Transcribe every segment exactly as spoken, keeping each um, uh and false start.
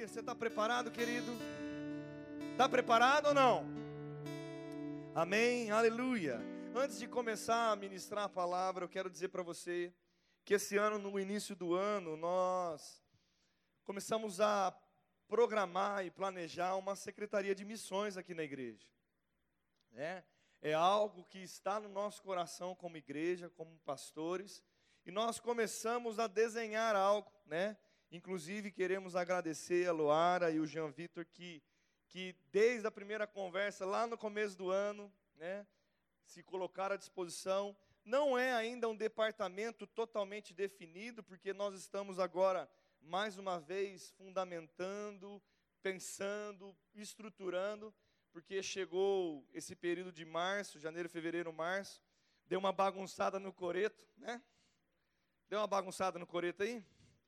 Aleluia. Você está preparado, querido? Está preparado ou não? Amém, aleluia. Antes de começar a ministrar a palavra, eu quero dizer para você que esse ano, no início do ano, nós começamos a programar e planejar uma secretaria de missões aqui na igreja. É, é algo que está no nosso coração como igreja, como pastores, e nós começamos a desenhar algo, né? Inclusive queremos agradecer a Luara e o Jean Vitor que, que desde a primeira conversa, lá no começo do ano, né, se colocaram à disposição. Não é ainda um departamento totalmente definido, porque nós estamos agora, mais uma vez, fundamentando, pensando, estruturando, porque chegou esse período de março, janeiro, fevereiro, março, deu uma bagunçada no coreto, né? Deu uma bagunçada no coreto aí?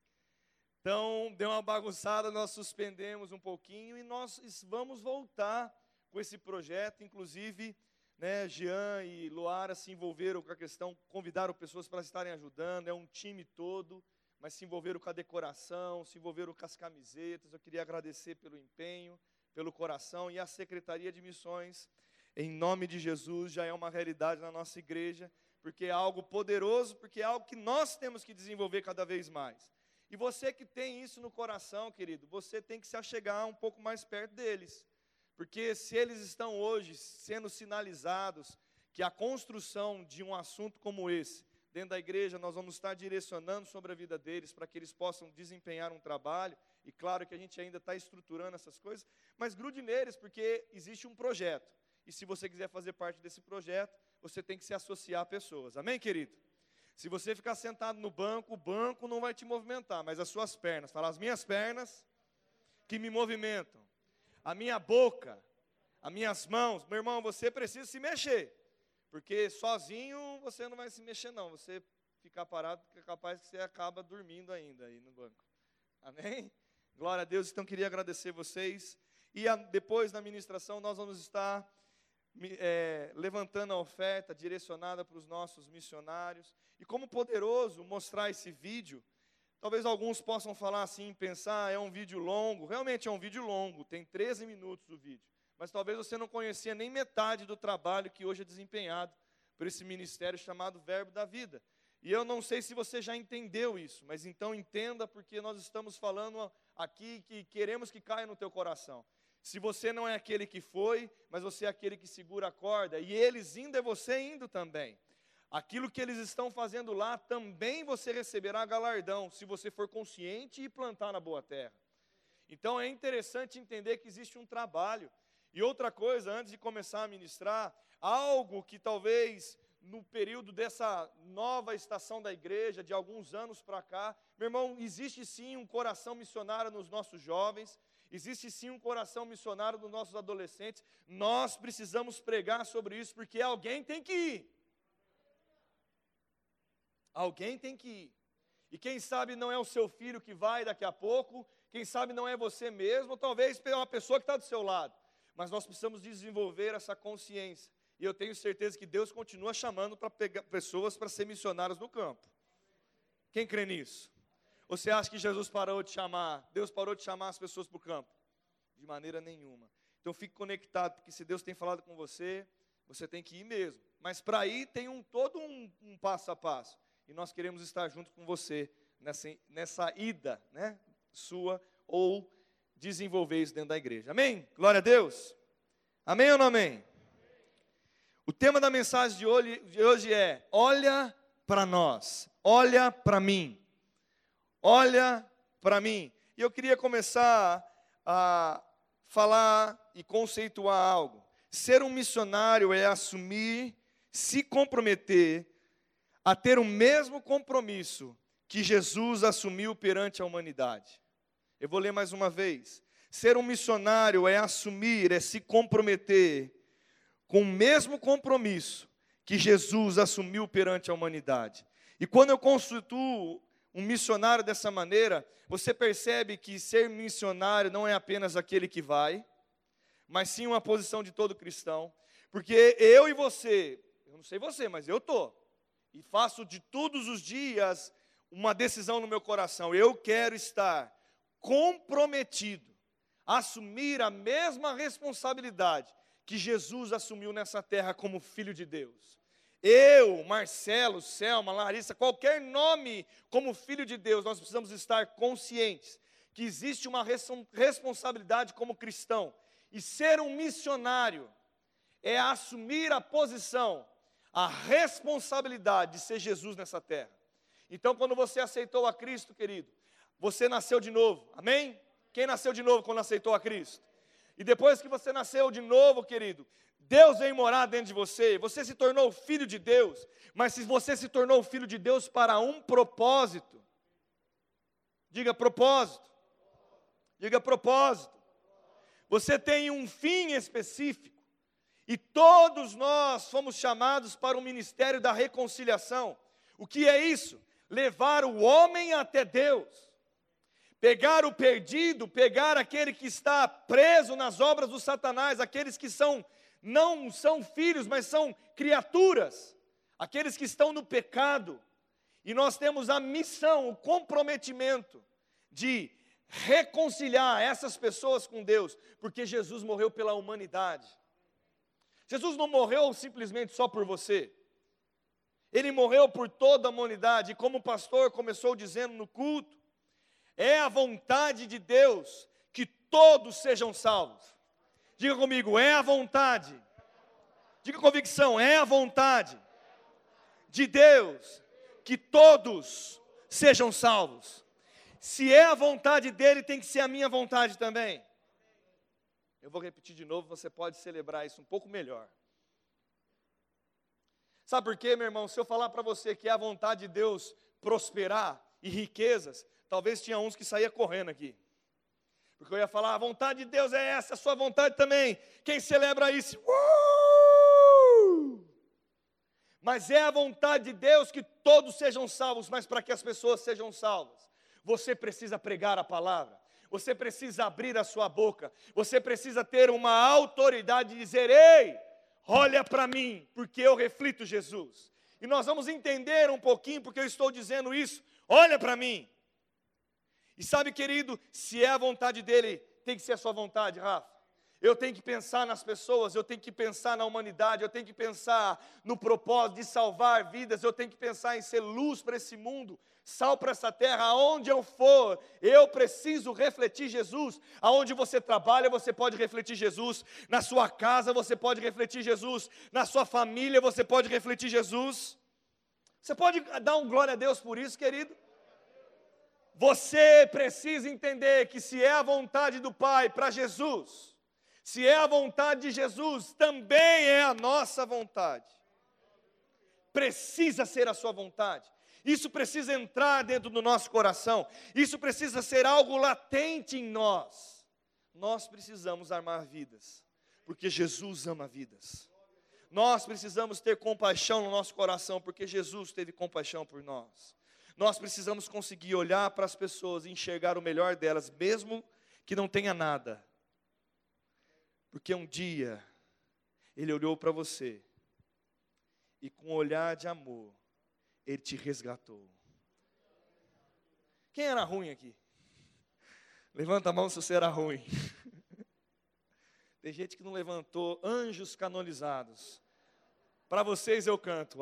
Então, deu uma bagunçada, nós suspendemos um pouquinho e nós vamos voltar com esse projeto. Inclusive, né, Jean e Luara se envolveram com a questão, convidaram pessoas para estarem ajudando, é um time todo, mas se envolveram com a decoração, se envolveram com as camisetas. Eu queria agradecer pelo empenho, pelo coração, e a Secretaria de Missões, em nome de Jesus, já é uma realidade na nossa igreja, porque é algo poderoso, porque é algo que nós temos que desenvolver cada vez mais. E você que tem isso no coração, querido, você tem que se achegar um pouco mais perto deles. Porque se eles estão hoje sendo sinalizados que a construção de um assunto como esse, dentro da igreja, nós vamos estar direcionando sobre a vida deles, para que eles possam desempenhar um trabalho, e claro que a gente ainda está estruturando essas coisas, mas grude neles, porque existe um projeto. E se você quiser fazer parte desse projeto, você tem que se associar a pessoas. Amém, querido? Se você ficar sentado no banco, o banco não vai te movimentar, mas as suas pernas. Fala, as minhas pernas que me movimentam. A minha boca, as minhas mãos. Meu irmão, você precisa se mexer. Porque sozinho você não vai se mexer, não. Você ficar parado, porque é capaz que você acaba dormindo ainda aí no banco. Amém? Glória a Deus. Então, queria agradecer vocês. E a, depois da ministração, nós vamos estar é, levantando a oferta direcionada para os nossos missionários. E como poderoso mostrar esse vídeo, talvez alguns possam falar assim, pensar, é um vídeo longo. Realmente é um vídeo longo, tem treze minutos o vídeo. Mas talvez você não conhecia nem metade do trabalho que hoje é desempenhado por esse ministério chamado Verbo da Vida. E eu não sei se você já entendeu isso, mas então entenda, porque nós estamos falando aqui que queremos que caia no teu coração. Se você não é aquele que foi, mas você é aquele que segura a corda, e eles indo é você indo também. Aquilo que eles estão fazendo lá, também você receberá galardão, se você for consciente e plantar na boa terra. Então é interessante entender que existe um trabalho. E outra coisa, antes de começar a ministrar, algo que talvez no período dessa nova estação da igreja, de alguns anos para cá, meu irmão, existe sim um coração missionário nos nossos jovens, existe sim um coração missionário nos nossos adolescentes. Nós precisamos pregar sobre isso, porque alguém tem que ir. Alguém tem que ir. E quem sabe não é o seu filho que vai daqui a pouco, quem sabe não é você mesmo, ou talvez é uma pessoa que está do seu lado. Mas nós precisamos desenvolver essa consciência. E eu tenho certeza que Deus continua chamando para pegar pessoas para ser missionários no campo. Quem crê nisso? Ou você acha que Jesus parou de chamar, Deus parou de chamar as pessoas para o campo? De maneira nenhuma. Então fique conectado, porque se Deus tem falado com você, você tem que ir mesmo. Mas para ir tem um, todo um, um passo a passo. E nós queremos estar junto com você nessa, nessa ida, né, sua, ou desenvolver isso dentro da igreja. Amém? Glória a Deus. Amém ou não amém? O tema da mensagem de hoje, de hoje é: olha para nós, olha para mim, olha para mim. E eu queria começar a falar e conceituar algo. Ser um missionário é assumir, se comprometer a ter o mesmo compromisso que Jesus assumiu perante a humanidade. Eu vou ler mais uma vez. Ser um missionário é assumir, é se comprometer com o mesmo compromisso que Jesus assumiu perante a humanidade. E quando eu constituo um missionário dessa maneira, você percebe que ser missionário não é apenas aquele que vai, mas sim uma posição de todo cristão. Porque eu e você, eu não sei você, mas eu estou. E faço de todos os dias uma decisão no meu coração. Eu quero estar comprometido a assumir a mesma responsabilidade que Jesus assumiu nessa terra como Filho de Deus. Eu, Marcelo, Selma, Larissa, qualquer nome como Filho de Deus, nós precisamos estar conscientes que existe uma responsabilidade como cristão. E ser um missionário é assumir a posição, a responsabilidade de ser Jesus nessa terra. Então, quando você aceitou a Cristo, querido, você nasceu de novo, amém? Quem nasceu de novo quando aceitou a Cristo? E depois que você nasceu de novo, querido, Deus veio morar dentro de você, você se tornou filho de Deus, mas se você se tornou filho de Deus para um propósito, diga propósito, diga propósito, você tem um fim específico, e todos nós fomos chamados para o ministério da reconciliação. O que é isso? Levar o homem até Deus. Pegar o perdido, pegar aquele que está preso nas obras do Satanás, aqueles que são, não são filhos, mas são criaturas, aqueles que estão no pecado. E nós temos a missão, o comprometimento de reconciliar essas pessoas com Deus, porque Jesus morreu pela humanidade. Jesus não morreu simplesmente só por você. Ele morreu por toda a humanidade, e como o pastor começou dizendo no culto, é a vontade de Deus que todos sejam salvos. Diga comigo, é a vontade. Diga convicção, é a vontade de Deus que todos sejam salvos. Se é a vontade dele, tem que ser a minha vontade também. Eu vou repetir de novo, você pode celebrar isso um pouco melhor. Sabe por quê, meu irmão? Se eu falar para você que é a vontade de Deus prosperar e riquezas, talvez tinha uns que saía correndo aqui. Porque eu ia falar, a vontade de Deus é essa, a sua vontade também. Quem celebra isso? Uh! Mas é a vontade de Deus que todos sejam salvos, mas para que as pessoas sejam salvas, você precisa pregar a palavra, você precisa abrir a sua boca, você precisa ter uma autoridade de dizer, ei, olha para mim, porque eu reflito Jesus. E nós vamos entender um pouquinho, porque eu estou dizendo isso, olha para mim. E sabe, querido, se é a vontade dele, tem que ser a sua vontade, Rafa. Eu tenho que pensar nas pessoas, eu tenho que pensar na humanidade, eu tenho que pensar no propósito de salvar vidas, eu tenho que pensar em ser luz para esse mundo, sal para essa terra, aonde eu for, eu preciso refletir Jesus. Aonde você trabalha, você pode refletir Jesus. Na sua casa, você pode refletir Jesus. Na sua família, você pode refletir Jesus. Você pode dar um glória a Deus por isso, querido? Você precisa entender que se é a vontade do Pai para Jesus, se é a vontade de Jesus, também é a nossa vontade. Precisa ser a sua vontade. Isso precisa entrar dentro do nosso coração. Isso precisa ser algo latente em nós. Nós precisamos amar vidas, porque Jesus ama vidas. Nós precisamos ter compaixão no nosso coração, porque Jesus teve compaixão por nós. Nós precisamos conseguir olhar para as pessoas e enxergar o melhor delas, mesmo que não tenha nada. Porque um dia, Ele olhou para você, e com um olhar de amor, Ele te resgatou. Quem era ruim aqui? Levanta a mão se você era ruim. Tem gente que não levantou. Anjos canonizados. Para vocês eu canto.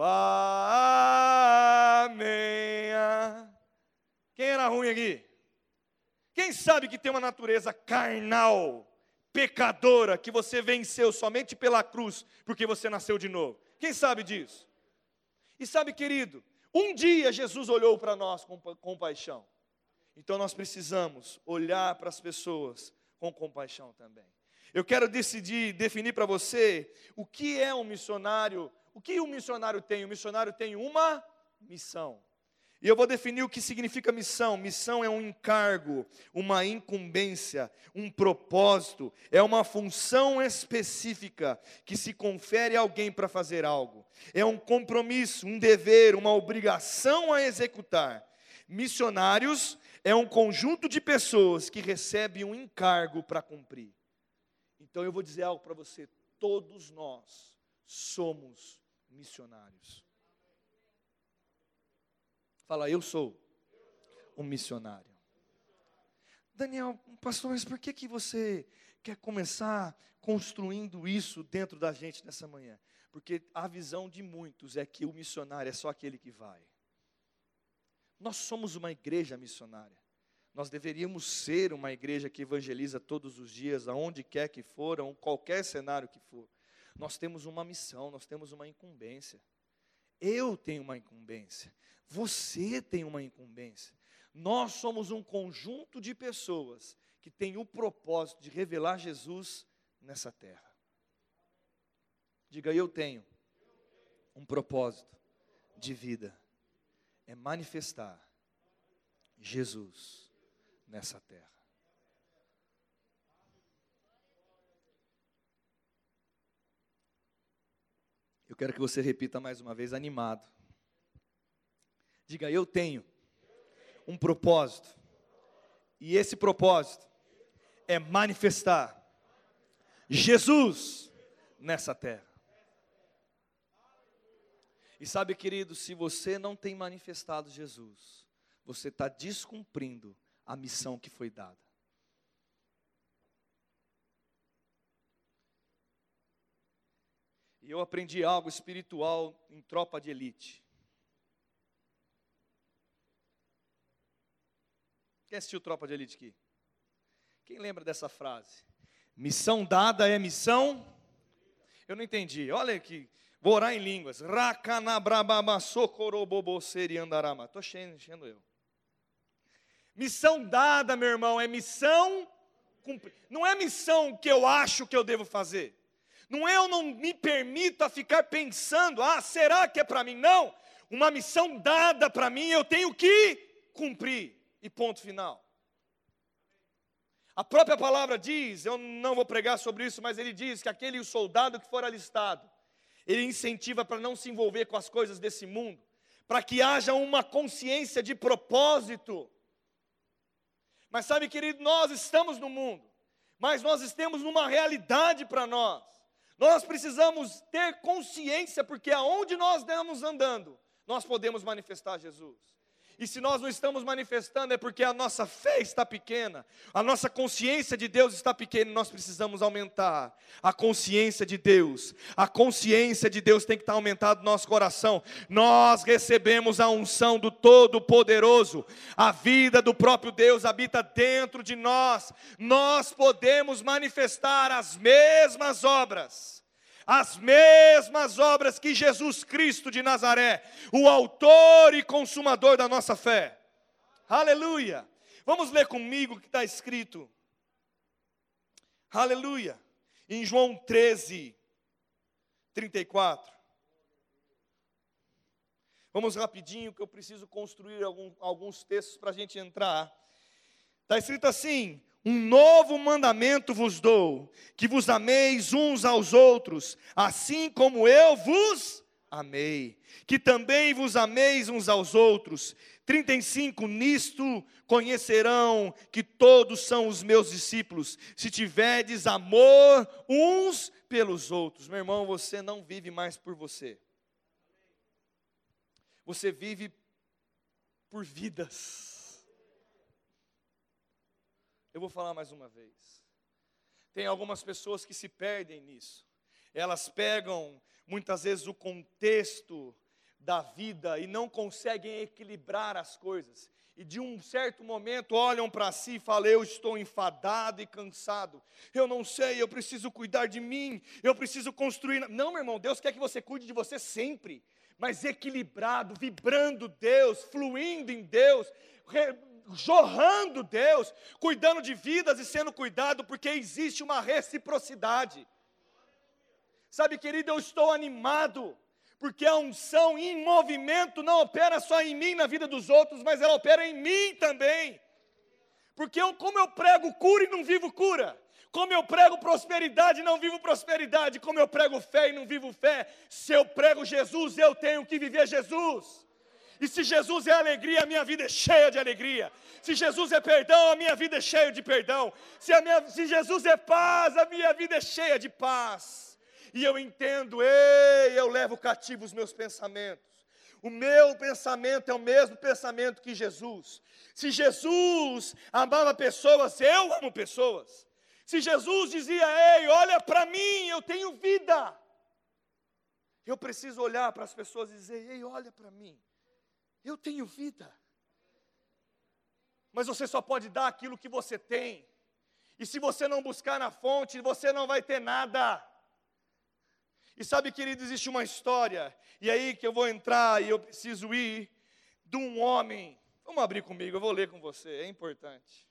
Amém. Quem era ruim aqui? Quem sabe que tem uma natureza carnal, pecadora, que você venceu somente pela cruz, porque você nasceu de novo? Quem sabe disso? E sabe, querido, um dia Jesus olhou para nós com compaixão. Então nós precisamos olhar para as pessoas com compaixão também. Eu quero decidir, definir para você o que é um missionário. O que um missionário tem? O missionário tem uma missão. E eu vou definir o que significa missão. Missão é um encargo, uma incumbência, um propósito. É uma função específica que se confere a alguém para fazer algo. É um compromisso, um dever, uma obrigação a executar. Missionários é um conjunto de pessoas que recebem um encargo para cumprir. Então eu vou dizer algo para você. Todos nós somos missionários. Fala, eu sou um missionário. Daniel, pastor, mas por que que você quer começar construindo isso dentro da gente nessa manhã? Porque a visão de muitos é que o missionário é só aquele que vai. Nós somos uma igreja missionária. Nós deveríamos ser uma igreja que evangeliza todos os dias, aonde quer que for, ou qualquer cenário que for. Nós temos uma missão, nós temos uma incumbência. Eu tenho uma incumbência. Você tem uma incumbência. Nós somos um conjunto de pessoas que tem o propósito de revelar Jesus nessa terra. Diga, eu tenho um propósito de vida. É manifestar Jesus nessa terra. Eu quero que você repita mais uma vez, animado. Diga, eu tenho um propósito. E esse propósito é manifestar Jesus nessa terra. E sabe, querido, se você não tem manifestado Jesus, você está descumprindo a missão que foi dada. E eu aprendi algo espiritual em Tropa de Elite. Quem assistiu Tropa de Elite aqui? Quem lembra dessa frase? Missão dada é missão? Eu não entendi. Olha aqui. Vou orar em línguas. Estou enchendo eu. Missão dada, meu irmão, é missão cumprida. Não é missão que eu acho que eu devo fazer. Não é eu não me permito a ficar pensando, ah, será que é para mim? Não. Uma missão dada para mim, eu tenho que cumprir. E ponto final. A própria palavra diz, eu não vou pregar sobre isso, mas ele diz que aquele soldado que for alistado, ele incentiva para não se envolver com as coisas desse mundo, para que haja uma consciência de propósito. Mas sabe, querido, nós estamos no mundo, mas nós estamos numa realidade para nós. Nós precisamos ter consciência, porque aonde nós estamos andando, nós podemos manifestar Jesus. E se nós não estamos manifestando é porque a nossa fé está pequena, a nossa consciência de Deus está pequena, e nós precisamos aumentar a consciência de Deus. A consciência de Deus tem que estar aumentada no nosso coração. Nós recebemos a unção do Todo-Poderoso, a vida do próprio Deus habita dentro de nós. Nós podemos manifestar as mesmas obras. As mesmas obras que Jesus Cristo de Nazaré, o autor e consumador da nossa fé. Aleluia. Vamos ler comigo o que está escrito. Aleluia. Em João treze, trinta e quatro. Vamos rapidinho, que eu preciso construir algum, alguns textos para a gente entrar. Está escrito assim: um novo mandamento vos dou, que vos ameis uns aos outros, assim como eu vos amei, que também vos ameis uns aos outros. trinta e cinco, nisto conhecerão que todos são os meus discípulos, se tiverdes amor uns pelos outros. Meu irmão, você não vive mais por você. Você vive por vidas. Eu vou falar mais uma vez. Tem algumas pessoas que se perdem nisso. Elas pegam, muitas vezes, o contexto da vida e não conseguem equilibrar as coisas. E de um certo momento olham para si e falam: eu estou enfadado e cansado. Eu não sei, eu preciso cuidar de mim. Eu preciso construir. Não, meu irmão, Deus quer que você cuide de você sempre. Mas equilibrado, vibrando Deus, fluindo em Deus, re... jorrando Deus, cuidando de vidas e sendo cuidado, porque existe uma reciprocidade. Sabe, querido, eu estou animado, porque a unção em movimento não opera só em mim, na vida dos outros, mas ela opera em mim também. Porque eu, como eu prego cura e não vivo cura, como eu prego prosperidade e não vivo prosperidade, como eu prego fé e não vivo fé, se eu prego Jesus, eu tenho que viver Jesus. E se Jesus é alegria, a minha vida é cheia de alegria. Se Jesus é perdão, a minha vida é cheia de perdão. Se, a minha, se Jesus é paz, a minha vida é cheia de paz. E eu entendo, ei, eu levo cativo os meus pensamentos. O meu pensamento é o mesmo pensamento que Jesus. Se Jesus amava pessoas, eu amo pessoas. Se Jesus dizia, ei, olha para mim, eu tenho vida. Eu preciso olhar para as pessoas e dizer, ei, olha para mim, eu tenho vida. Mas você só pode dar aquilo que você tem. E se você não buscar na fonte, você não vai ter nada. E sabe, querido, existe uma história, e aí que eu vou entrar e eu preciso ir, de um homem. Vamos abrir comigo, eu vou ler com você, é importante.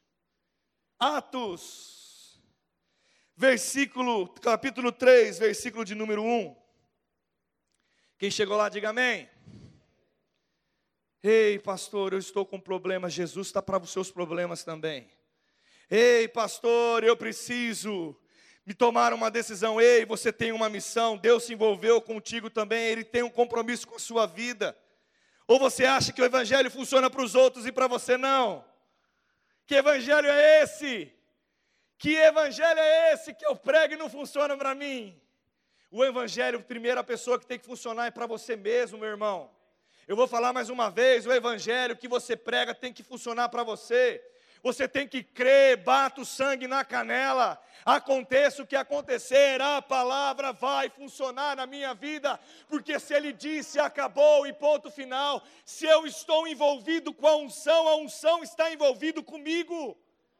Atos, versículo, capítulo três, versículo de número um. Quem chegou lá, diga amém. Ei, pastor, eu estou com problemas, Jesus está para os seus problemas também. Ei, pastor, eu preciso me tomar uma decisão. Ei, você tem uma missão, Deus se envolveu contigo também, Ele tem um compromisso com a sua vida. Ou você acha que o evangelho funciona para os outros e para você não? Que evangelho é esse? Que evangelho é esse que eu prego e não funciona para mim? O evangelho, a primeira pessoa que tem que funcionar é para você mesmo, meu irmão. Eu vou falar mais uma vez, o evangelho que você prega tem que funcionar para você. Você tem que crer, bata o sangue na canela, aconteça o que acontecer, a palavra vai funcionar na minha vida, porque se Ele disse, acabou e ponto final. Se eu estou envolvido com a unção, a unção está envolvido comigo.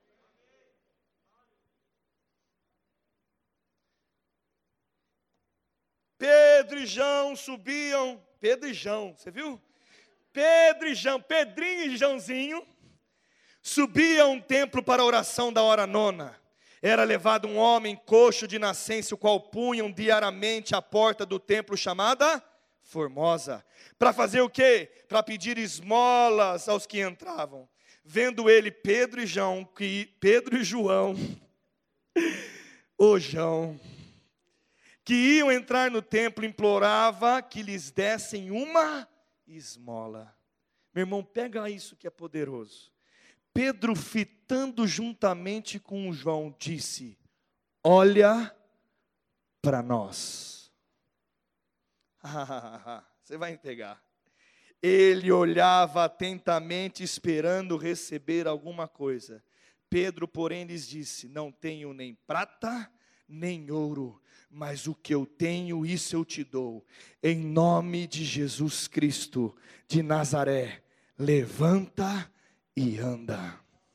Pedro e João subiam, Pedro e João, você viu? Pedro e João, Pedrinho e Joãozinho, subia a um templo para a oração da hora nona. Era levado um homem coxo de nascença, o qual punham diariamente à porta do templo chamada Formosa. Para fazer o quê? Para pedir esmolas aos que entravam. Vendo ele Pedro e João, que Pedro e João, o João, que iam entrar no templo, implorava que lhes dessem uma esmola. Meu irmão, pega isso que é poderoso. Pedro, fitando juntamente com João, disse, olha para nós. Você vai pegar. Ele olhava atentamente, esperando receber alguma coisa. Pedro, porém, lhes disse, não tenho nem prata, nem ouro, mas o que eu tenho, isso eu te dou. Em nome de Jesus Cristo de Nazaré, levanta e anda.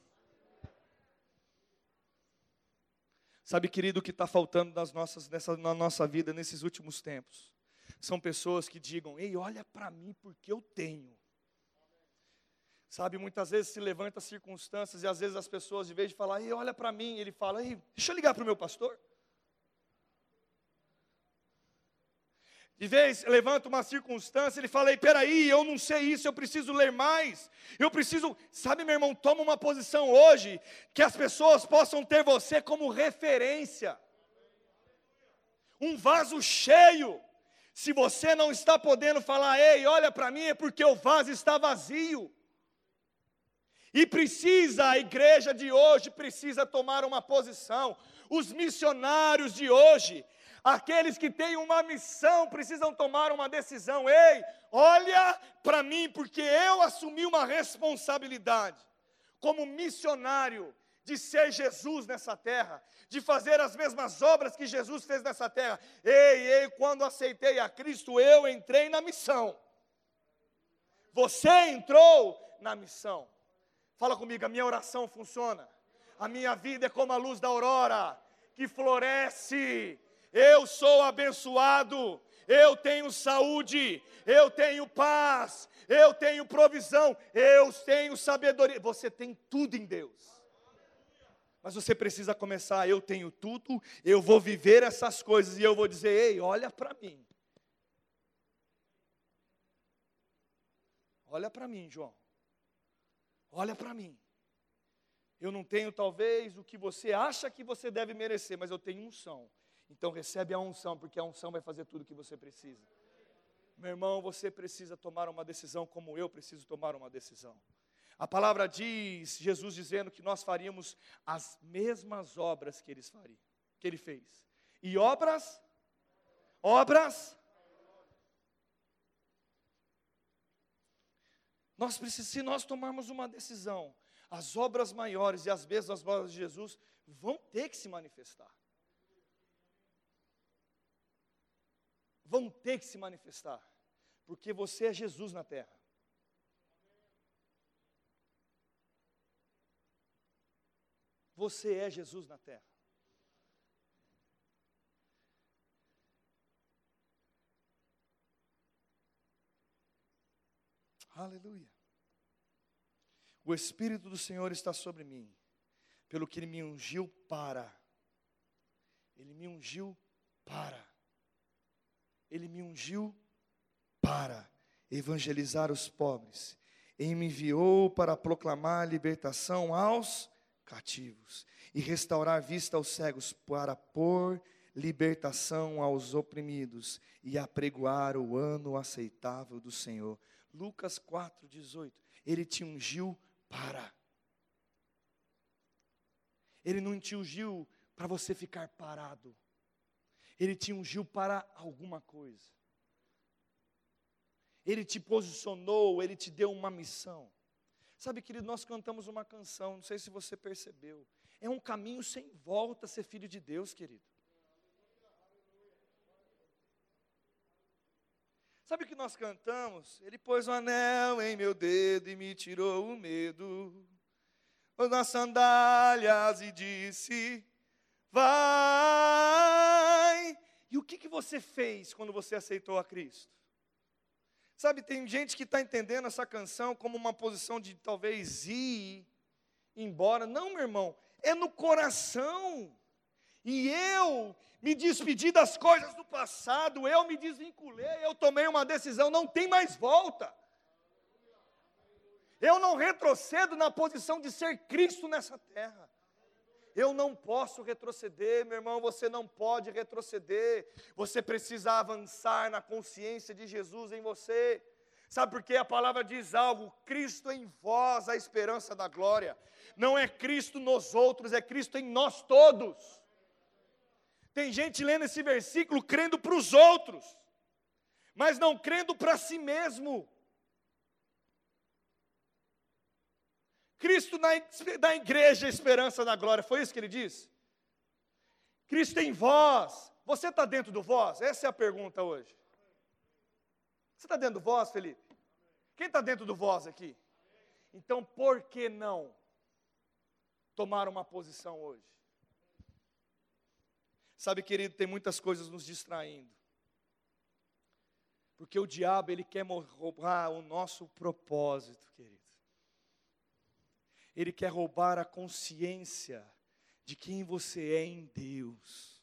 Sabe, querido, o que está faltando nas nossas, nessa, na nossa vida nesses últimos tempos? São pessoas que digam, ei, olha para mim porque eu tenho. Sabe, muitas vezes se levanta circunstâncias e às vezes as pessoas, de vez de falar, ei, olha para mim, ele fala, ei, deixa eu ligar para o meu pastor. De vez levanta uma circunstância, ele fala, ei, peraí, eu não sei isso, eu preciso ler mais, eu preciso, sabe, meu irmão, toma uma posição hoje, que as pessoas possam ter você como referência, um vaso cheio. Se você não está podendo falar, ei, olha para mim, é porque o vaso está vazio, e precisa, a igreja de hoje precisa tomar uma posição, os missionários de hoje, aqueles que têm uma missão precisam tomar uma decisão. Ei, olha para mim, porque eu assumi uma responsabilidade como missionário de ser Jesus nessa terra, de fazer as mesmas obras que Jesus fez nessa terra. Ei, ei, quando aceitei a Cristo, eu entrei na missão. Você entrou na missão. Fala comigo, a minha oração funciona. A minha vida é como a luz da aurora, que floresce. Eu sou abençoado, eu tenho saúde, eu tenho paz, eu tenho provisão, eu tenho sabedoria. Você tem tudo em Deus. Mas você precisa começar, eu tenho tudo, eu vou viver essas coisas e eu vou dizer, ei, olha para mim. Olha para mim, João. Olha para mim. Eu não tenho talvez o que você acha que você deve merecer, mas eu tenho unção. Então recebe a unção, porque a unção vai fazer tudo o que você precisa. Meu irmão, você precisa tomar uma decisão como eu preciso tomar uma decisão. A palavra diz, Jesus dizendo que nós faríamos as mesmas obras que, eles fariam, que ele fez. E obras, obras, Nós precisamos, se nós tomarmos uma decisão, as obras maiores e as mesmas obras de Jesus vão ter que se manifestar. Vão ter que se manifestar. Porque você é Jesus na terra. Você é Jesus na terra. Aleluia. O Espírito do Senhor está sobre mim, pelo que Ele me ungiu para. Ele me ungiu para. Ele me ungiu para evangelizar os pobres. Ele me enviou para proclamar a libertação aos cativos e restaurar vista aos cegos, para pôr libertação aos oprimidos e apregoar o ano aceitável do Senhor. Lucas quatro, dezoito. Ele te ungiu para. Ele não te ungiu para você ficar parado. Ele te ungiu para alguma coisa. Ele te posicionou, Ele te deu uma missão. Sabe, querido, nós cantamos uma canção, não sei se você percebeu. É um caminho sem volta ser filho de Deus, querido. Sabe o que nós cantamos? Ele pôs um anel em meu dedo e me tirou o medo. Pôs nas sandálias e disse, vai. E o que, que você fez quando você aceitou a Cristo? Sabe, tem gente que está entendendo essa canção como uma posição de talvez ir embora. Não, meu irmão, é no coração. E eu me despedi das coisas do passado, eu me desvinculei, eu tomei uma decisão, não tem mais volta. Eu não retrocedo na posição de ser Cristo nessa terra. Eu não posso retroceder, meu irmão, você não pode retroceder. Você precisa avançar na consciência de Jesus em você. Sabe por quê? A palavra diz algo, Cristo em vós, a esperança da glória. Não é Cristo nos outros, é Cristo em nós todos. Tem gente lendo esse versículo crendo para os outros, mas não crendo para si mesmo. Cristo na, na igreja, esperança da glória, foi isso que ele disse? Cristo em vós, você está dentro do vós? Essa é a pergunta hoje. Você está dentro do vós, Felipe? Quem está dentro do vós aqui? Então, por que não tomar uma posição hoje? Sabe, querido, tem muitas coisas nos distraindo. Porque o diabo, ele quer roubar o nosso propósito, querido. Ele quer roubar a consciência de quem você é em Deus.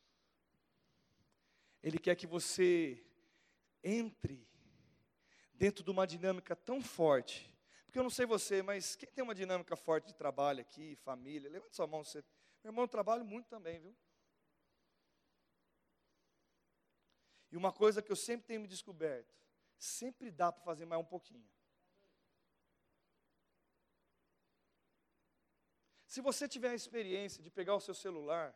Ele quer que você entre dentro de uma dinâmica tão forte. Porque eu não sei você, mas quem tem uma dinâmica forte de trabalho aqui, família, levanta sua mão. Você... Meu irmão, eu trabalho muito também, viu? E uma coisa que eu sempre tenho me descoberto, sempre dá para fazer mais um pouquinho. Se você tiver a experiência de pegar o seu celular,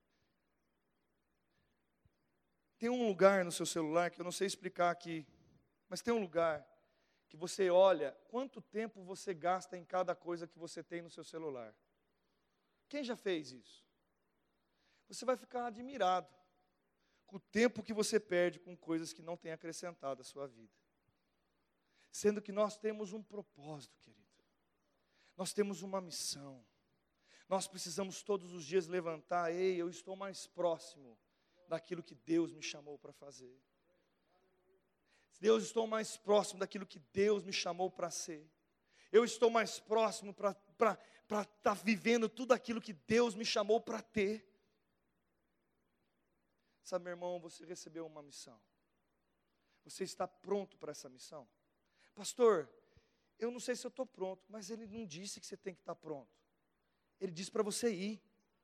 tem um lugar no seu celular que eu não sei explicar aqui, mas tem um lugar que você olha quanto tempo você gasta em cada coisa que você tem no seu celular. Quem já fez isso? Você vai ficar admirado com o tempo que você perde com coisas que não têm acrescentado à sua vida. Sendo que nós temos um propósito, querido. Nós temos uma missão. Nós precisamos todos os dias levantar, ei, eu estou mais próximo daquilo que Deus me chamou para fazer. Deus, estou mais próximo daquilo que Deus me chamou para ser. Eu estou mais próximo para estar tá vivendo tudo aquilo que Deus me chamou para ter. Sabe, meu irmão, você recebeu uma missão. Você está pronto para essa missão? Pastor, eu não sei se eu estou pronto, mas ele não disse que você tem que estar pronto. Ele disse para você ir.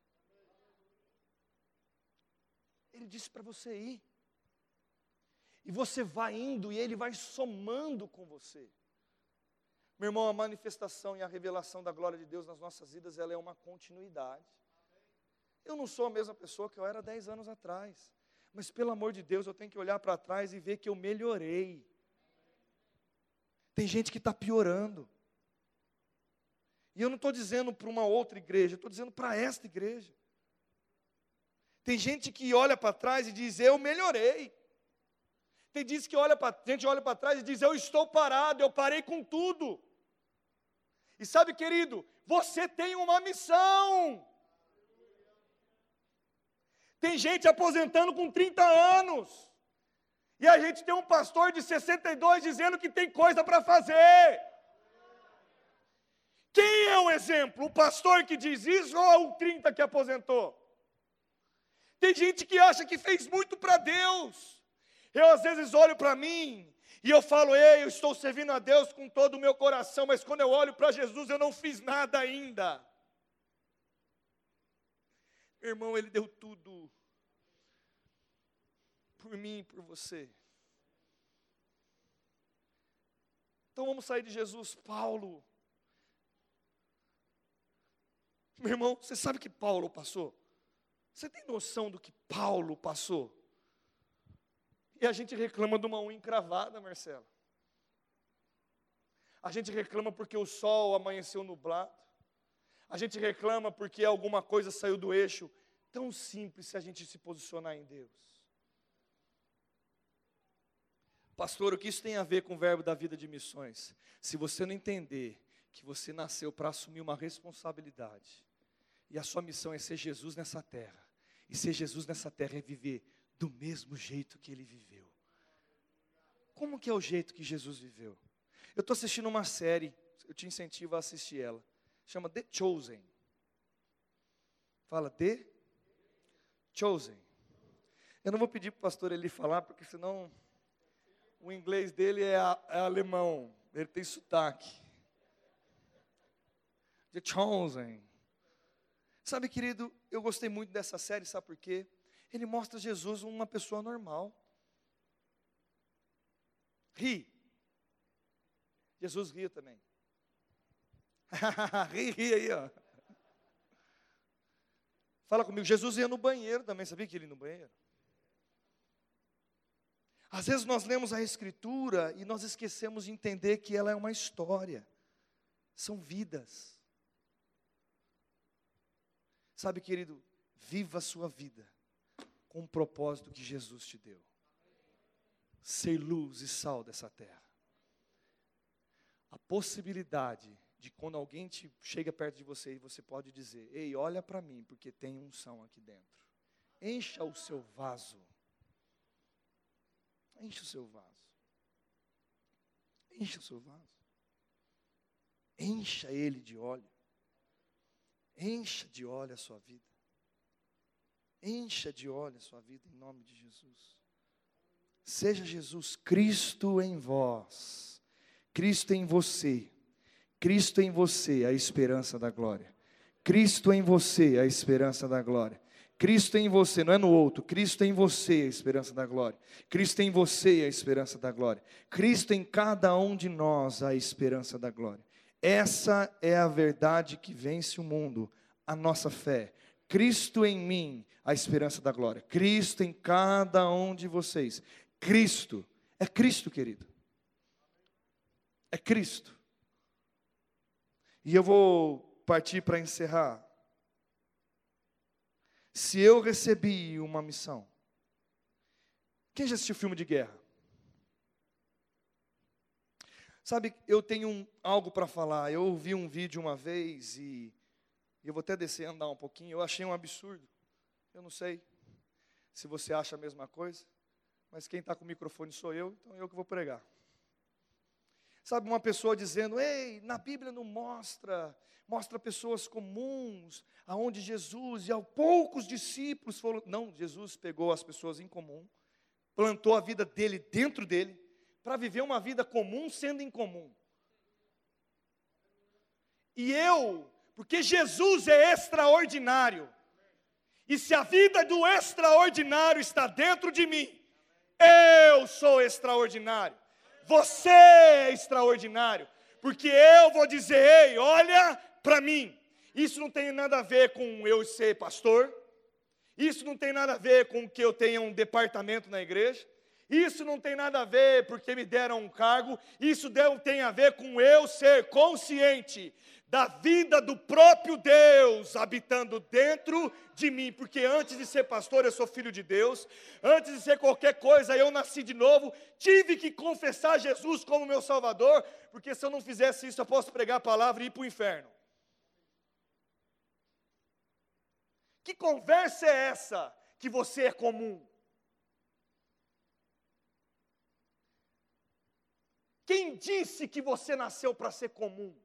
Ele disse para você ir. E você vai indo e Ele vai somando com você. Meu irmão, a manifestação e a revelação da glória de Deus nas nossas vidas, ela é uma continuidade. Eu não sou a mesma pessoa que eu era dez anos atrás. Mas pelo amor de Deus, eu tenho que olhar para trás e ver que eu melhorei. Tem gente que está piorando. E eu não estou dizendo para uma outra igreja, eu estou dizendo para esta igreja. Tem gente que olha para trás e diz, eu melhorei. Tem gente que olha para, gente olha para trás e diz, eu estou parado, eu parei com tudo. E sabe, querido, você tem uma missão. Tem gente aposentando com trinta anos. E a gente tem um pastor de sessenta e dois dizendo que tem coisa para fazer. Quem é o exemplo? O pastor que diz isso ou o trinta que aposentou? Tem gente que acha que fez muito para Deus. Eu às vezes olho para mim e eu falo, ei, eu estou servindo a Deus com todo o meu coração, mas quando eu olho para Jesus eu não fiz nada ainda. Meu irmão, Ele deu tudo. Por mim e por você. Então vamos sair de Jesus. Paulo. Meu irmão, você sabe que Paulo passou? Você tem noção do que Paulo passou? E a gente reclama de uma unha encravada, Marcelo. A gente reclama porque o sol amanheceu nublado. A gente reclama porque alguma coisa saiu do eixo. Tão simples se a gente se posicionar em Deus. Pastor, o que isso tem a ver com o verbo da vida de missões? Se você não entender que você nasceu para assumir uma responsabilidade, e a sua missão é ser Jesus nessa terra, e ser Jesus nessa terra é viver do mesmo jeito que Ele viveu. Como que é o jeito que Jesus viveu? Eu estou assistindo uma série, eu te incentivo a assistir ela, chama The Chosen. Fala, The Chosen. Eu não vou pedir para o pastor ele falar, porque senão o inglês dele é, a, é alemão, ele tem sotaque. The Chosen. Sabe, querido, eu gostei muito dessa série, sabe por quê? Ele mostra Jesus uma pessoa normal. Ri. Jesus ria também. ri, ri aí, ó. Fala comigo, Jesus ia no banheiro também, sabia que ele ia no banheiro? Às vezes nós lemos a Escritura e nós esquecemos de entender que ela é uma história. São vidas. Sabe, querido, viva a sua vida com o propósito que Jesus te deu. Ser luz e sal dessa terra. A possibilidade de quando alguém te chega perto de você e você pode dizer, ei, olha para mim, porque tem unção aqui dentro. Encha o seu vaso. Encha o seu vaso. Encha o seu vaso. Encha ele de óleo. Encha de óleo a sua vida. Encha de óleo a sua vida em nome de Jesus. Seja Jesus Cristo em vós. Cristo em você. Cristo em você, a esperança da glória. Cristo em você, a esperança da glória. Cristo em você, não é no outro. Cristo em você, a esperança da glória. Cristo em você, a esperança da glória. Cristo em cada um de nós, a esperança da glória. Essa é a verdade que vence o mundo, a nossa fé. Cristo em mim, a esperança da glória. Cristo em cada um de vocês. Cristo, é Cristo, querido. É Cristo. E eu vou partir para encerrar. Se eu recebi uma missão. Quem já assistiu filme de guerra? Sabe, eu tenho um, algo para falar. Eu vi um vídeo uma vez e eu vou até descer e andar um pouquinho. Eu achei um absurdo. Eu não sei se você acha a mesma coisa, mas quem está com o microfone sou eu, então eu que vou pregar. Sabe, uma pessoa dizendo, ei, na Bíblia não mostra, mostra pessoas comuns, aonde Jesus e ao poucos discípulos foram. Não, Jesus pegou as pessoas em comum, plantou a vida dele dentro dele, para viver uma vida comum sendo incomum. E eu, porque Jesus é extraordinário, e se a vida do extraordinário está dentro de mim, eu sou extraordinário, você é extraordinário, porque eu vou dizer, ei, olha para mim. Isso não tem nada a ver com eu ser pastor, isso não tem nada a ver com que eu tenha um departamento na igreja, Isso não tem nada a ver porque me deram um cargo, isso tem a ver com eu ser consciente da vida do próprio Deus habitando dentro de mim, porque antes de ser pastor eu sou filho de Deus, antes de ser qualquer coisa eu nasci de novo, tive que confessar Jesus como meu Salvador, porque se eu não fizesse isso eu posso pregar a palavra e ir para o inferno. Que conversa é essa que você é comum? Quem disse que você nasceu para ser comum?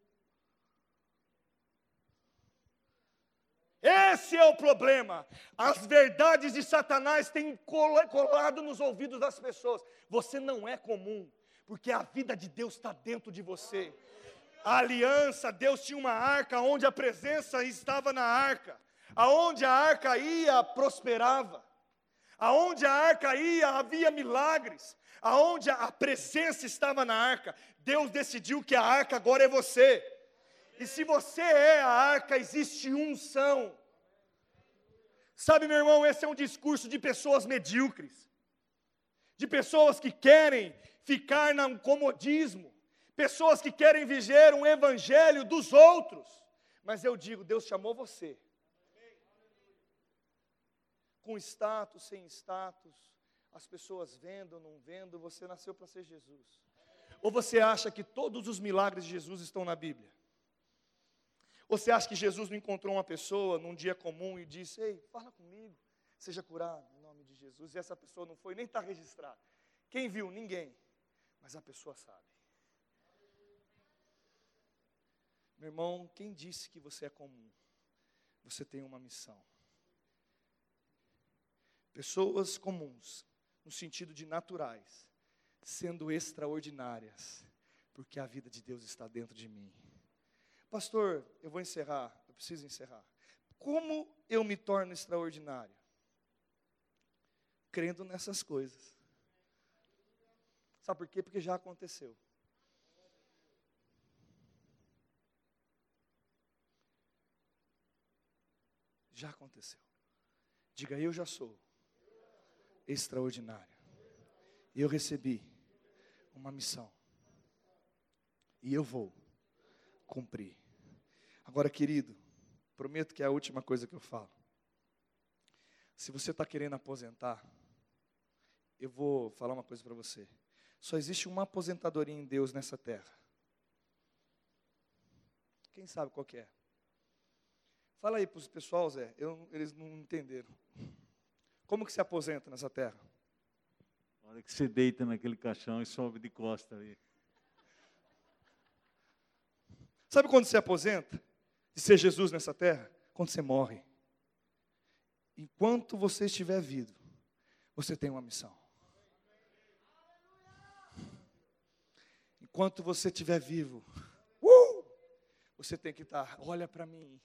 Esse é o problema. As verdades de Satanás têm colado nos ouvidos das pessoas. Você não é comum, porque a vida de Deus está dentro de você. A aliança, Deus tinha uma arca onde a presença estava na arca. Aonde a arca ia, prosperava. Aonde a arca ia, havia milagres. Aonde a presença estava na arca, Deus decidiu que a arca agora é você. E se você é a arca, existe unção. Sabe, meu irmão, esse é um discurso de pessoas medíocres. De pessoas que querem ficar no comodismo. Pessoas que querem viver um evangelho dos outros. Mas eu digo, Deus chamou você. Com status, sem status. As pessoas vendo ou não vendo, você nasceu para ser Jesus. Ou você acha que todos os milagres de Jesus estão na Bíblia? Ou você acha que Jesus não encontrou uma pessoa num dia comum e disse, ei, fala comigo, seja curado em nome de Jesus. E essa pessoa não foi, nem está registrada. Quem viu? Ninguém. Mas a pessoa sabe. Meu irmão, quem disse que você é comum? Você tem uma missão. Pessoas comuns, no sentido de naturais, sendo extraordinárias, porque a vida de Deus está dentro de mim. Pastor, eu vou encerrar, eu preciso encerrar. Como eu me torno extraordinário? Crendo nessas coisas. Sabe por quê? Porque já aconteceu. Já aconteceu. Diga, eu já sou extraordinário. Eu recebi uma missão. E eu vou cumprir. Agora, querido, prometo que é a última coisa que eu falo. Se você está querendo aposentar, eu vou falar uma coisa para você. Só existe uma aposentadoria em Deus nessa terra. Quem sabe qual que é? Fala aí para os pessoal, Zé, eu, eles não entenderam. Como que se aposenta nessa terra? A hora que você deita naquele caixão e sobe de costa ali. Sabe quando você aposenta de ser Jesus nessa terra? Quando você morre. Enquanto você estiver vivo, você tem uma missão. Enquanto você estiver vivo, uh, você tem que estar, olha para mim.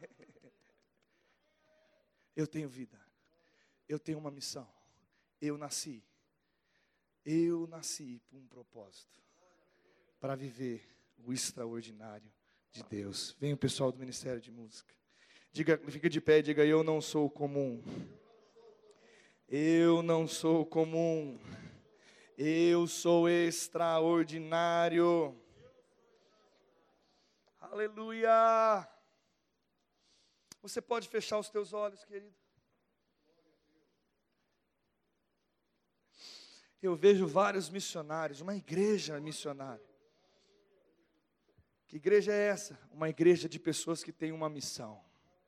Eu tenho vida. Eu tenho uma missão. Eu nasci. Eu nasci por um propósito. Para viver o extraordinário de Deus. Vem o pessoal do Ministério de Música. Diga, fica de pé e diga, eu não sou comum. Eu não sou comum. Eu sou extraordinário. Aleluia. Você pode fechar os teus olhos, querido? Eu vejo vários missionários, uma igreja missionária. Que igreja é essa? Uma igreja de pessoas que têm uma missão.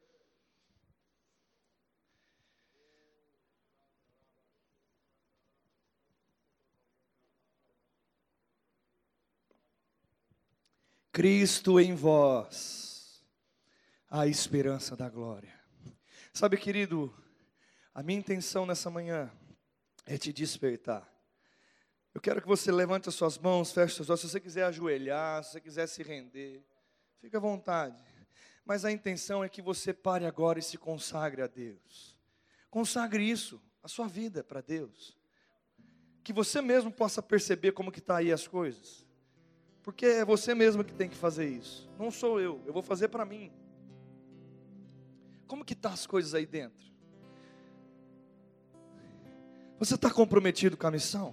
Cristo em vós, a esperança da glória. Sabe, querido, a minha intenção nessa manhã é te despertar. Eu quero que você levante as suas mãos, feche os seus olhos. Se você quiser ajoelhar, se você quiser se render, fique à vontade. Mas a intenção é que você pare agora e se consagre a Deus. Consagre isso, a sua vida para Deus. Que você mesmo possa perceber como que está aí as coisas. Porque é você mesmo que tem que fazer isso. Não sou eu, eu vou fazer para mim. Como que estão as coisas aí dentro? Você está comprometido com a missão?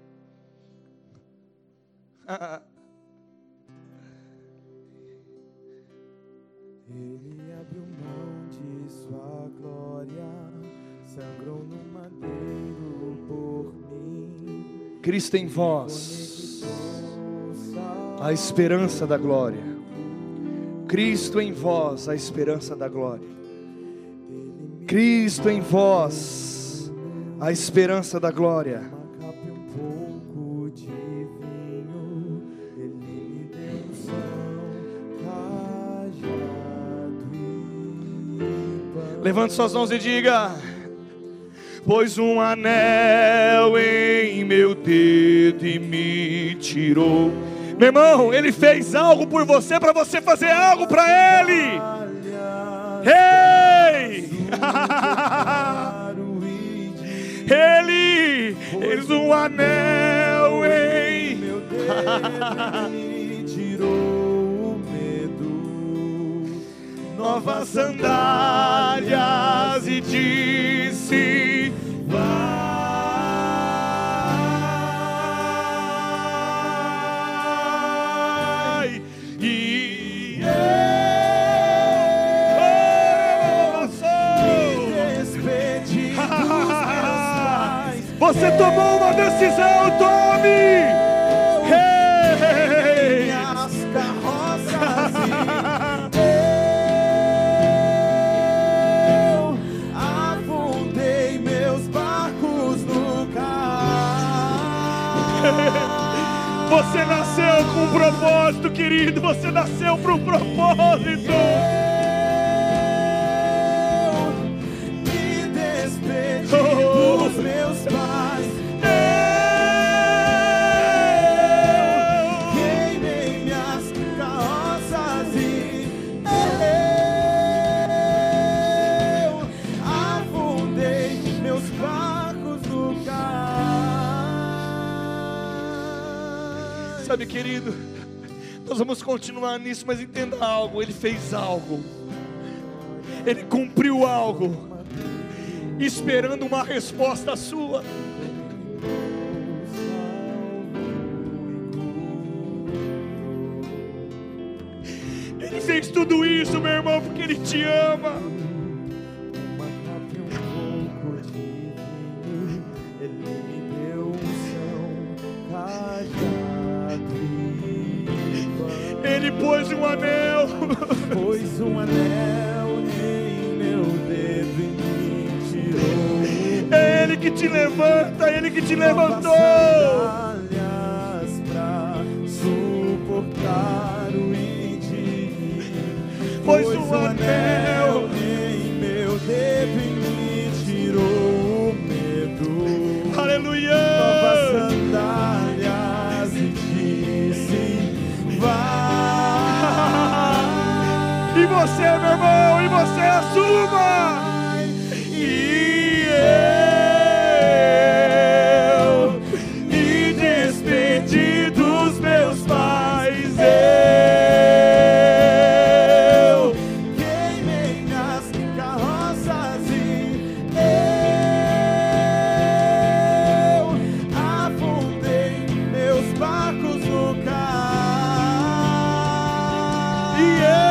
Ele abriu mão de sua glória, sangrou no madeiro por mim. Cristo em vós, a esperança da glória. Cristo em vós, a esperança da glória. Cristo em vós, a esperança da glória. Levante suas mãos e diga: pois um anel em meu dedo e me tirou. Meu irmão, Ele fez algo por você, para você fazer algo para Ele. Ei! Ele fez um anel em meu dedo e me tirou o medo. Novas sandálias e disse: vai. E eu me despedi dos meus pais. Você tomou uma decisão, tome! Hey! Minhas carroças e você nasceu com um propósito, querido. Você nasceu para um propósito. Eu me despedi oh. dos meus pais. Eu queimei minhas carroças e eu afundei meus barcos no cais. Sabe, querido, nós vamos continuar nisso, mas entenda algo: Ele fez algo, Ele cumpriu algo, esperando uma resposta sua. Ele fez tudo isso, meu irmão, porque Ele te ama. Ele pôs um anel, pôs um anel em meu dedo e me tirou. É Ele que te levanta, é Ele que te levantou. Sandálias pra suportar o indigno. Pôs um anel em meu dedo e me tirou o medo. Aleluia. Novas sandálias e disse: vai. E você, meu irmão, e você assuma. E eu me despedi dos meus pais. Eu queimei minhas carroças e eu afundei meus barcos no cais. E eu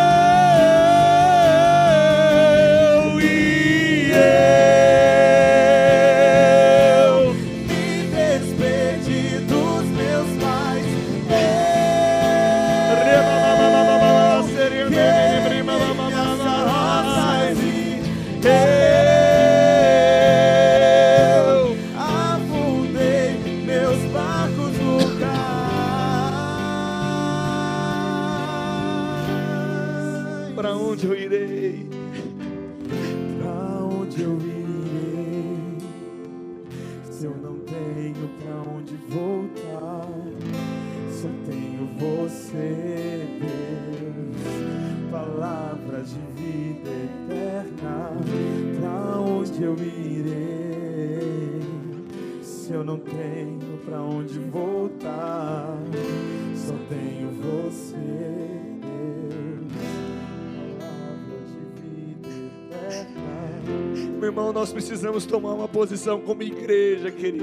irmão, nós precisamos tomar uma posição como igreja, querido.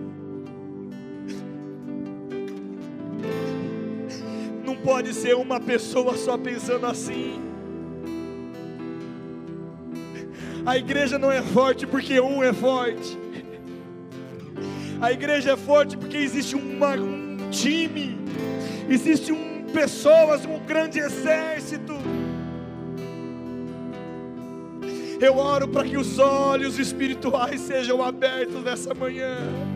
Não pode ser uma pessoa só pensando assim. A igreja não é forte porque um é forte. A igreja é forte porque existe uma, um time, existe um, pessoas, um grande exército. Eu oro para que os olhos espirituais sejam abertos nessa manhã.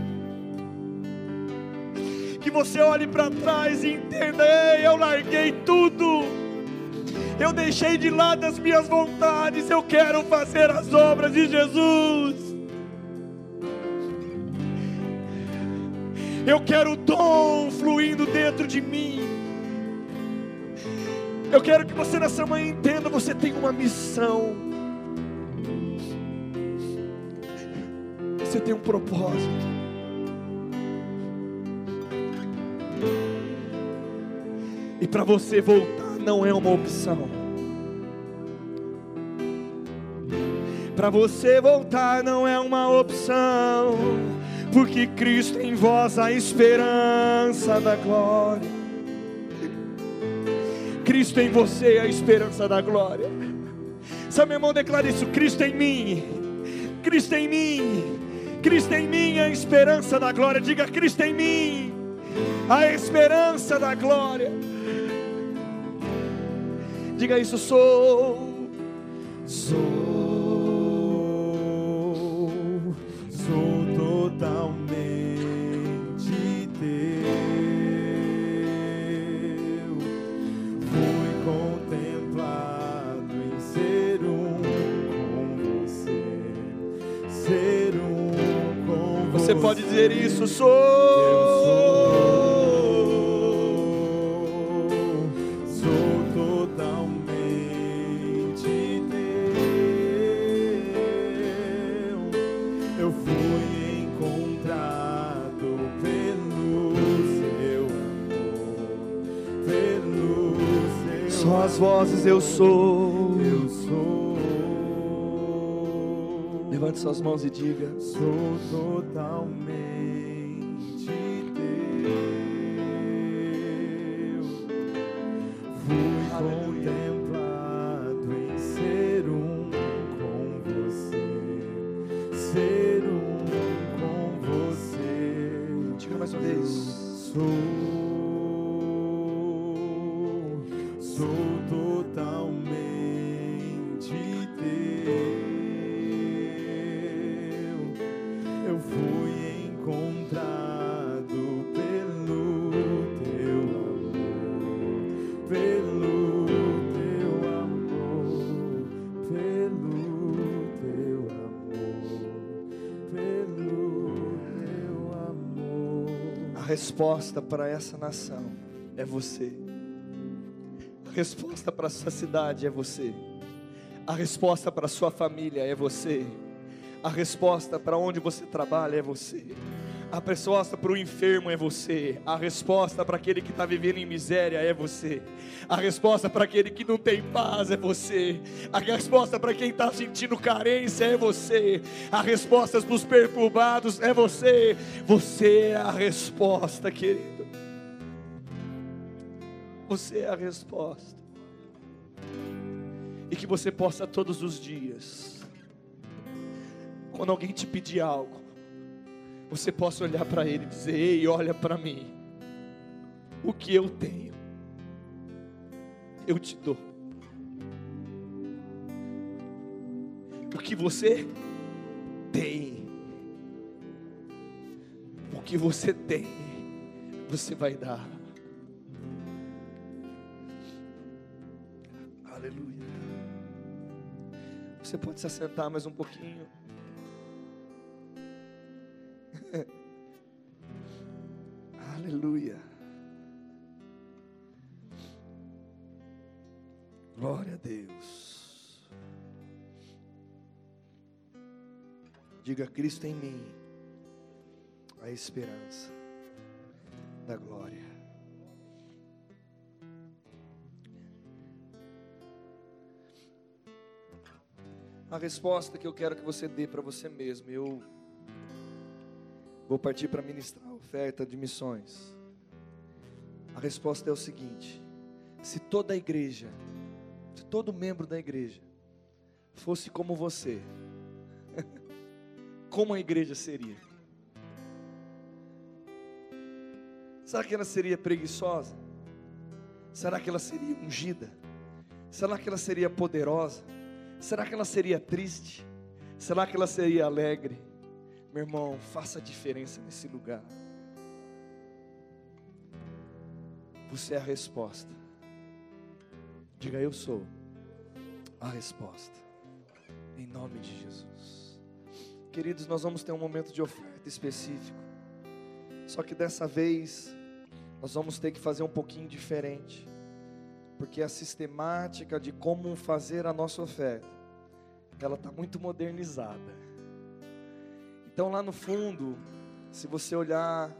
Que você olhe para trás e entenda: ei, eu larguei tudo. Eu deixei de lado as minhas vontades. Eu quero fazer as obras de Jesus. Eu quero o dom fluindo dentro de mim. Eu quero que você nessa manhã entenda: você tem uma missão. Você tem um propósito. E para você voltar não é uma opção. Para você voltar não é uma opção, porque Cristo em vós a esperança da glória. Cristo em você a esperança da glória. Sabe, meu irmão, declara isso: Cristo em mim, Cristo em mim, Cristo em mim a esperança da glória. Diga: Cristo em mim a esperança da glória. Diga isso: sou, Sou, sou totalmente teu. Fui contemplado em ser um com você, ser um com você. Você pode dizer isso: sou, Eu sou, sou totalmente teu. Eu fui encontrado pelo seu amor, pelo seu só as vozes: eu sou. eu sou. Levante suas mãos e diga: Sou totalmente teu. Fui contemplado em ser um com você, ser um com você. diga mais uma vez: Sou, sou totalmente teu. Eu fui encontrado pelo teu amor, pelo teu amor, pelo teu amor, pelo teu amor. a resposta para essa nação é você. A resposta para essa cidade é você. A resposta para sua família é você. A resposta para onde você trabalha é você. A resposta para o enfermo é você. A resposta para aquele que está vivendo em miséria é você. A resposta para aquele que não tem paz é você. A resposta para quem está sentindo carência é você. A resposta para os perturbados é você. Você é a resposta, querido. Você é a resposta. E que você possa todos os dias, quando alguém te pedir algo, você possa olhar para ele e dizer: ei, olha para mim, o que eu tenho, eu te dou. O que você tem, o que você tem, você vai dar. Aleluia. Você pode se assentar mais um pouquinho. Aleluia. Glória a Deus. Diga: Cristo em mim, a esperança da glória. A resposta que eu quero que você dê para você mesmo, eu vou partir para ministrar a oferta de missões. A resposta é o seguinte: se toda a igreja, se todo membro da igreja fosse como você, como a igreja seria? Será que ela seria preguiçosa? Será que ela seria ungida? Será que ela seria poderosa? Será que ela seria triste? Será que ela seria alegre? Meu irmão, faça a diferença nesse lugar. Você é a resposta. Diga: eu sou a resposta. Em nome de Jesus. Queridos, nós vamos ter um momento de oferta específico. Só que dessa vez nós vamos ter que fazer um pouquinho diferente, porque a sistemática de como fazer a nossa oferta, ela está muito modernizada. Então lá no fundo, se você olhar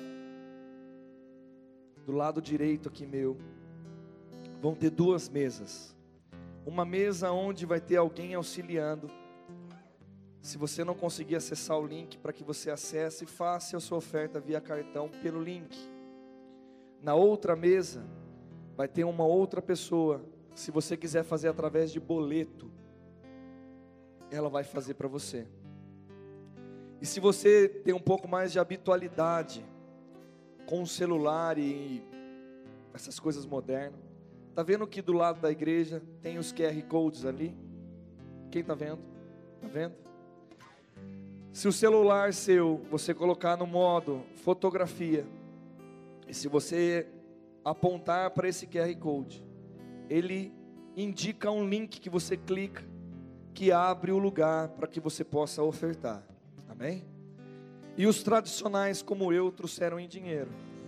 do lado direito aqui meu, vão ter duas mesas. Uma mesa onde vai ter alguém auxiliando. Se você não conseguir acessar o link, para que você acesse e faça a sua oferta via cartão pelo link. Na outra mesa vai ter uma outra pessoa. Se você quiser fazer através de boleto, ela vai fazer para você. E se você tem um pouco mais de habitualidade com o celular e essas coisas modernas, tá vendo que do lado da igreja tem os Q R Codes ali? Quem tá vendo? Tá vendo? Se o celular seu, você colocar no modo fotografia, e se você apontar para esse Q R Code, ele indica um link que você clica, que abre o lugar para que você possa ofertar. Amém? E os tradicionais como eu trouxeram em dinheiro.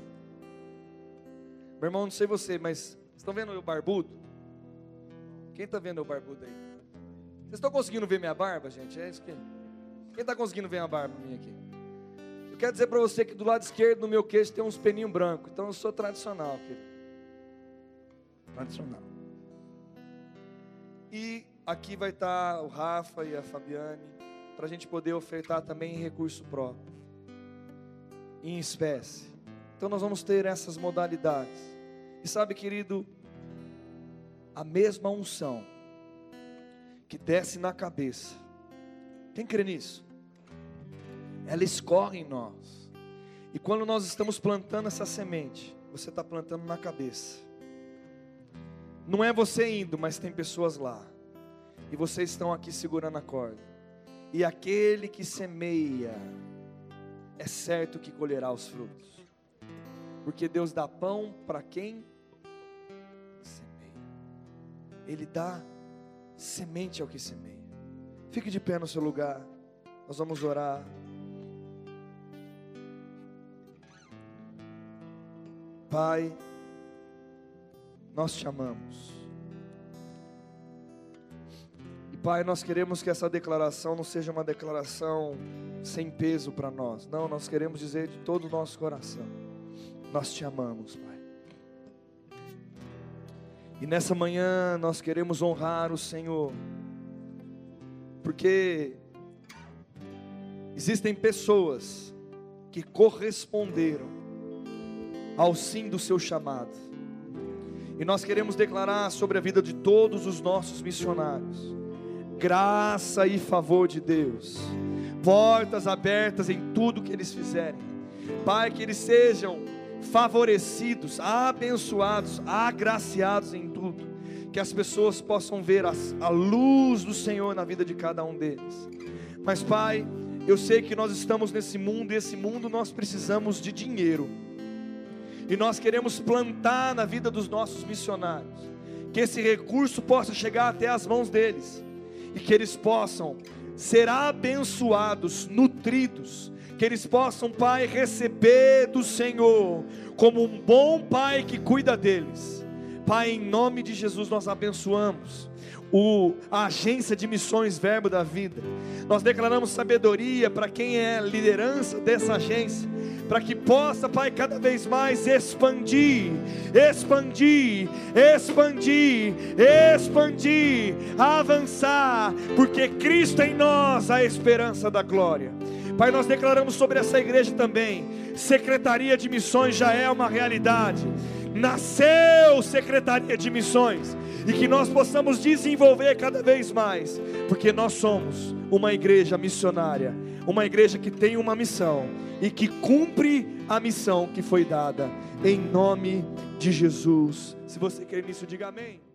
Meu irmão, não sei você, mas vocês estão vendo eu barbudo? Quem está vendo eu barbudo aí? Vocês estão conseguindo ver minha barba, gente? É isso que... Quem está conseguindo ver a barba minha aqui? Eu quero dizer para você que do lado esquerdo do meu queixo tem uns peninhos brancos. Então eu sou tradicional, querido. Tradicional. E aqui vai estar o Rafa e a Fabiane, para a gente poder ofertar também em recurso próprio, em espécie. Então nós vamos ter essas modalidades. E sabe, querido, a mesma unção que desce na cabeça, quem crê nisso? Ela escorre em nós. E quando nós estamos plantando essa semente, você está plantando na cabeça. Não é você indo, mas tem pessoas lá. E vocês estão aqui segurando a corda. E aquele que semeia, é certo que colherá os frutos. Porque Deus dá pão para quem semeia. Ele dá semente ao que semeia. Fique de pé no seu lugar. Nós vamos orar. Pai, nós te amamos. E Pai, nós queremos que essa declaração não seja uma declaração sem peso para nós. Não, nós queremos dizer de todo o nosso coração: nós te amamos, Pai. E nessa manhã nós queremos honrar o Senhor, porque existem pessoas que corresponderam ao sim do seu chamado. E nós queremos declarar sobre a vida de todos os nossos missionários graça e favor de Deus, portas abertas em tudo que eles fizerem. Pai, que eles sejam favorecidos, abençoados, agraciados em tudo, que as pessoas possam ver a, a luz do Senhor na vida de cada um deles. Mas Pai, eu sei que nós estamos nesse mundo, e esse mundo nós precisamos de dinheiro, e nós queremos plantar na vida dos nossos missionários, que esse recurso possa chegar até as mãos deles, e que eles possam ser abençoados, nutridos, que eles possam, Pai, receber do Senhor, como um bom Pai que cuida deles. Pai, em nome de Jesus nós abençoamos o, a agência de missões Verbo da Vida. Nós declaramos sabedoria para quem é liderança dessa agência, para que possa, Pai, cada vez mais expandir, expandir, expandir, expandir, avançar, porque Cristo em nós, a esperança da glória. Pai, nós declaramos sobre essa igreja também, Secretaria de Missões já é uma realidade, nasceu Secretaria de Missões, e que nós possamos desenvolver cada vez mais, porque nós somos uma igreja missionária, uma igreja que tem uma missão, e que cumpre a missão que foi dada, em nome de Jesus. Se você crê nisso, diga amém.